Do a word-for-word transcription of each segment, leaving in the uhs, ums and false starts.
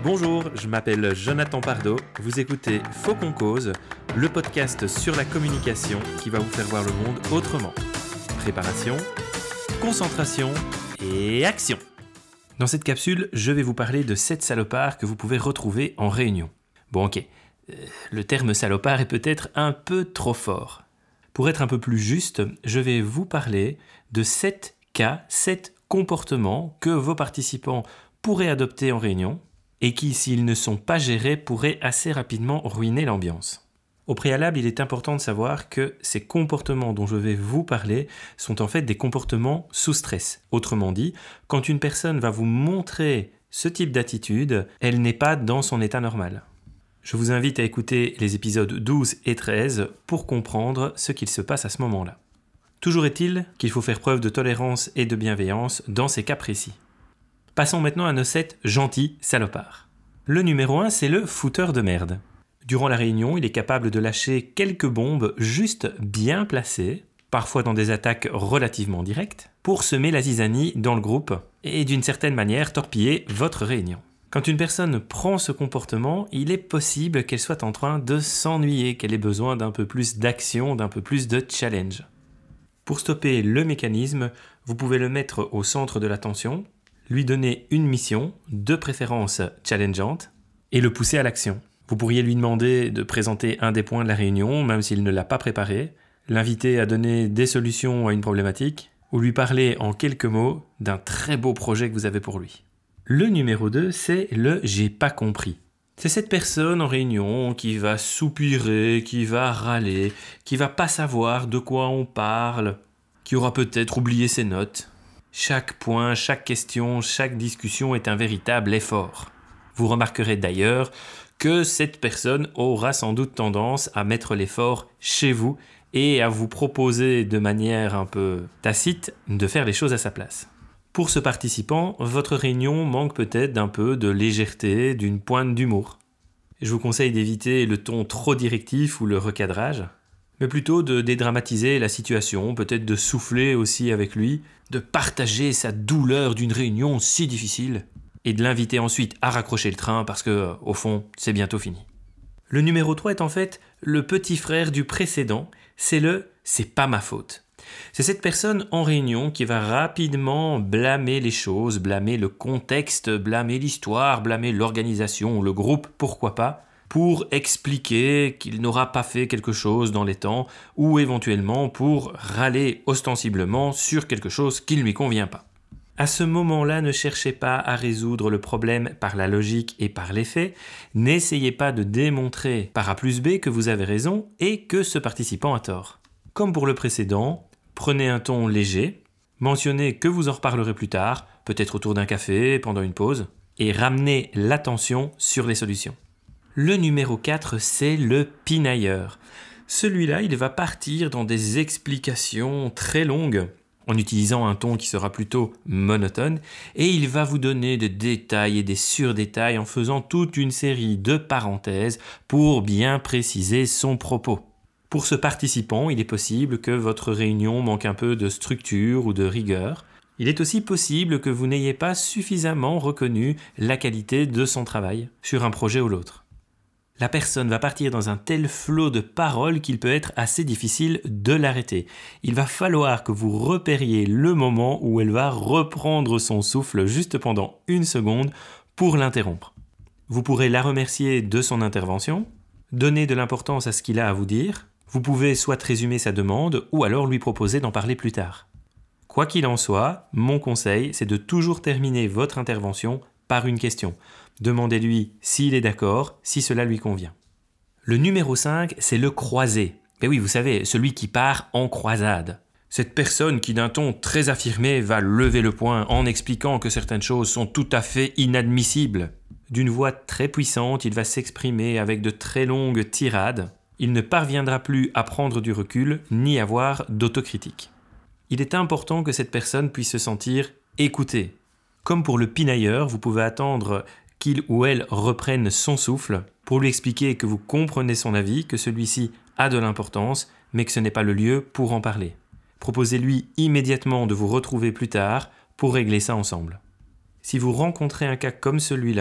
Bonjour, je m'appelle Jonathan Pardo, vous écoutez Faut qu'on cause, le podcast sur la communication qui va vous faire voir le monde autrement. Préparation, concentration et action. Dans cette capsule, je vais vous parler de sept salopards que vous pouvez retrouver en réunion. Bon ok, euh, le terme salopard est peut-être un peu trop fort. Pour être un peu plus juste, je vais vous parler de sept cas, sept comportements que vos participants pourraient adopter en réunion et qui, s'ils ne sont pas gérés, pourraient assez rapidement ruiner l'ambiance. Au préalable, il est important de savoir que ces comportements dont je vais vous parler sont en fait des comportements sous stress. Autrement dit, quand une personne va vous montrer ce type d'attitude, elle n'est pas dans son état normal. Je vous invite à écouter les épisodes douze et treize pour comprendre ce qu'il se passe à ce moment-là. Toujours est-il qu'il faut faire preuve de tolérance et de bienveillance dans ces cas précis. Passons maintenant à nos sept gentils salopards. Le numéro un, c'est le fouteur de merde. Durant la réunion, il est capable de lâcher quelques bombes juste bien placées, parfois dans des attaques relativement directes, pour semer la zizanie dans le groupe et d'une certaine manière torpiller votre réunion. Quand une personne prend ce comportement, il est possible qu'elle soit en train de s'ennuyer, qu'elle ait besoin d'un peu plus d'action, d'un peu plus de challenge. Pour stopper le mécanisme, vous pouvez le mettre au centre de l'attention, lui donner une mission, de préférence challengeante, et le pousser à l'action. Vous pourriez lui demander de présenter un des points de la réunion, même s'il ne l'a pas préparé, l'inviter à donner des solutions à une problématique, ou lui parler en quelques mots d'un très beau projet que vous avez pour lui. Le numéro deux, c'est le « j'ai pas compris ». C'est cette personne en réunion qui va soupirer, qui va râler, qui va pas savoir de quoi on parle, qui aura peut-être oublié ses notes. Chaque point, chaque question, chaque discussion est un véritable effort. Vous remarquerez d'ailleurs que cette personne aura sans doute tendance à mettre l'effort chez vous et à vous proposer de manière un peu tacite de faire les choses à sa place. Pour ce participant, votre réunion manque peut-être d'un peu de légèreté, d'une pointe d'humour. Je vous conseille d'éviter le ton trop directif ou le recadrage, mais plutôt de dédramatiser la situation, peut-être de souffler aussi avec lui, de partager sa douleur d'une réunion si difficile, et de l'inviter ensuite à raccrocher le train parce que, au fond, c'est bientôt fini. Le numéro trois est en fait le petit frère du précédent, c'est le « c'est pas ma faute ». C'est cette personne en réunion qui va rapidement blâmer les choses, blâmer le contexte, blâmer l'histoire, blâmer l'organisation, le groupe, pourquoi pas, pour expliquer qu'il n'aura pas fait quelque chose dans les temps ou éventuellement pour râler ostensiblement sur quelque chose qui ne lui convient pas. À ce moment-là, ne cherchez pas à résoudre le problème par la logique et par les faits. N'essayez pas de démontrer par A plus B que vous avez raison et que ce participant a tort. Comme pour le précédent, prenez un ton léger, mentionnez que vous en reparlerez plus tard, peut-être autour d'un café, pendant une pause, et ramenez l'attention sur les solutions. Le numéro quatre, c'est le pinailleur. Celui-là, il va partir dans des explications très longues, en utilisant un ton qui sera plutôt monotone, et il va vous donner des détails et des surdétails en faisant toute une série de parenthèses pour bien préciser son propos. Pour ce participant, il est possible que votre réunion manque un peu de structure ou de rigueur. Il est aussi possible que vous n'ayez pas suffisamment reconnu la qualité de son travail sur un projet ou l'autre. La personne va partir dans un tel flot de paroles qu'il peut être assez difficile de l'arrêter. Il va falloir que vous repériez le moment où elle va reprendre son souffle juste pendant une seconde pour l'interrompre. Vous pourrez la remercier de son intervention, donner de l'importance à ce qu'il a à vous dire. Vous pouvez soit résumer sa demande ou alors lui proposer d'en parler plus tard. Quoi qu'il en soit, mon conseil, c'est de toujours terminer votre intervention par une question. Demandez-lui s'il est d'accord, si cela lui convient. Le numéro cinq, c'est le croisé. Et oui, vous savez, celui qui part en croisade. Cette personne qui d'un ton très affirmé va lever le poing en expliquant que certaines choses sont tout à fait inadmissibles. D'une voix très puissante, il va s'exprimer avec de très longues tirades. Il ne parviendra plus à prendre du recul ni avoir d'autocritique. Il est important que cette personne puisse se sentir écoutée. Comme pour le pinailleur, vous pouvez attendre qu'il ou elle reprenne son souffle pour lui expliquer que vous comprenez son avis, que celui-ci a de l'importance, mais que ce n'est pas le lieu pour en parler. Proposez-lui immédiatement de vous retrouver plus tard pour régler ça ensemble. Si vous rencontrez un cas comme celui-là,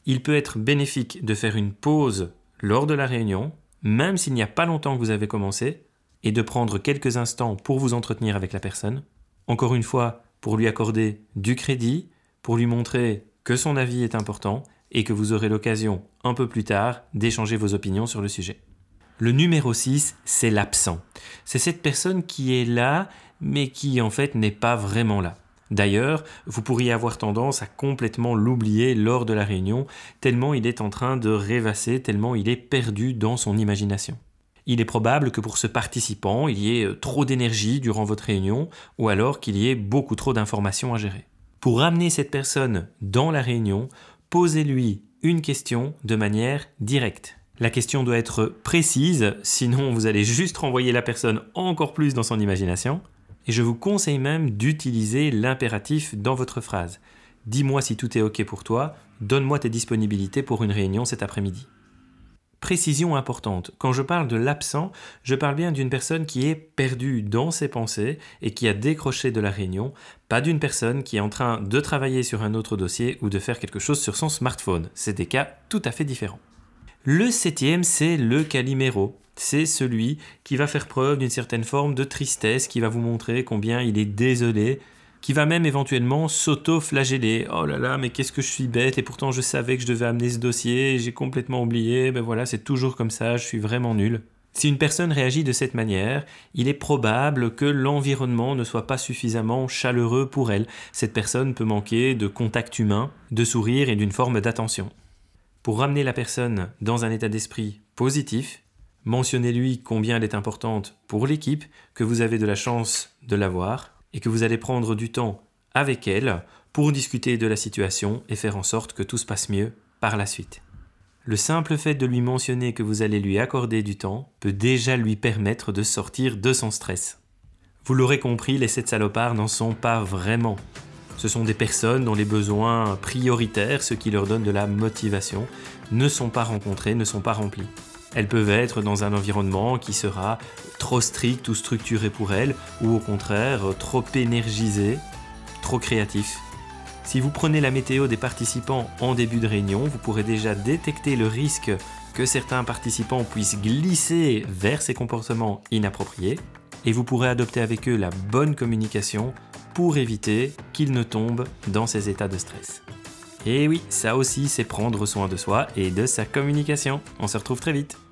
Il peut être bénéfique de faire une pause lors de la réunion, même s'il n'y a pas longtemps que vous avez commencé, et de prendre quelques instants pour vous entretenir avec la personne. Encore une fois, pour lui accorder du crédit, pour lui montrer que son avis est important et que vous aurez l'occasion, un peu plus tard, d'échanger vos opinions sur le sujet. Le numéro six, c'est l'absent. C'est cette personne qui est là, mais qui en fait n'est pas vraiment là. D'ailleurs, vous pourriez avoir tendance à complètement l'oublier lors de la réunion, tellement il est en train de rêvasser, tellement il est perdu dans son imagination. Il est probable que pour ce participant, il y ait trop d'énergie durant votre réunion, ou alors qu'il y ait beaucoup trop d'informations à gérer. Pour amener cette personne dans la réunion, posez-lui une question de manière directe. La question doit être précise, sinon vous allez juste renvoyer la personne encore plus dans son imagination. Et je vous conseille même d'utiliser l'impératif dans votre phrase. Dis-moi si tout est OK pour toi, donne-moi tes disponibilités pour une réunion cet après-midi. Précision importante, quand je parle de l'absent, je parle bien d'une personne qui est perdue dans ses pensées et qui a décroché de la réunion, pas d'une personne qui est en train de travailler sur un autre dossier ou de faire quelque chose sur son smartphone. C'est des cas tout à fait différents. Le septième, c'est le Calimero. C'est celui qui va faire preuve d'une certaine forme de tristesse, qui va vous montrer combien il est désolé, qui va même éventuellement s'auto-flageller. « Oh là là, mais qu'est-ce que je suis bête, et pourtant je savais que je devais amener ce dossier, j'ai complètement oublié, ben voilà, c'est toujours comme ça, je suis vraiment nul. » Si une personne réagit de cette manière, il est probable que l'environnement ne soit pas suffisamment chaleureux pour elle. Cette personne peut manquer de contact humain, de sourire et d'une forme d'attention. Pour ramener la personne dans un état d'esprit positif, mentionnez-lui combien elle est importante pour l'équipe, que vous avez de la chance de l'avoir et que vous allez prendre du temps avec elle pour discuter de la situation et faire en sorte que tout se passe mieux par la suite. Le simple fait de lui mentionner que vous allez lui accorder du temps peut déjà lui permettre de sortir de son stress. Vous l'aurez compris, les sept salopards n'en sont pas vraiment. Ce sont des personnes dont les besoins prioritaires, ceux qui leur donnent de la motivation, ne sont pas rencontrés, ne sont pas remplis. Elles peuvent être dans un environnement qui sera trop strict ou structuré pour elles, ou au contraire trop énergisé, trop créatif. Si vous prenez la météo des participants en début de réunion, vous pourrez déjà détecter le risque que certains participants puissent glisser vers ces comportements inappropriés, et vous pourrez adopter avec eux la bonne communication pour éviter qu'ils ne tombent dans ces états de stress. Et oui, ça aussi c'est prendre soin de soi et de sa communication. On se retrouve très vite.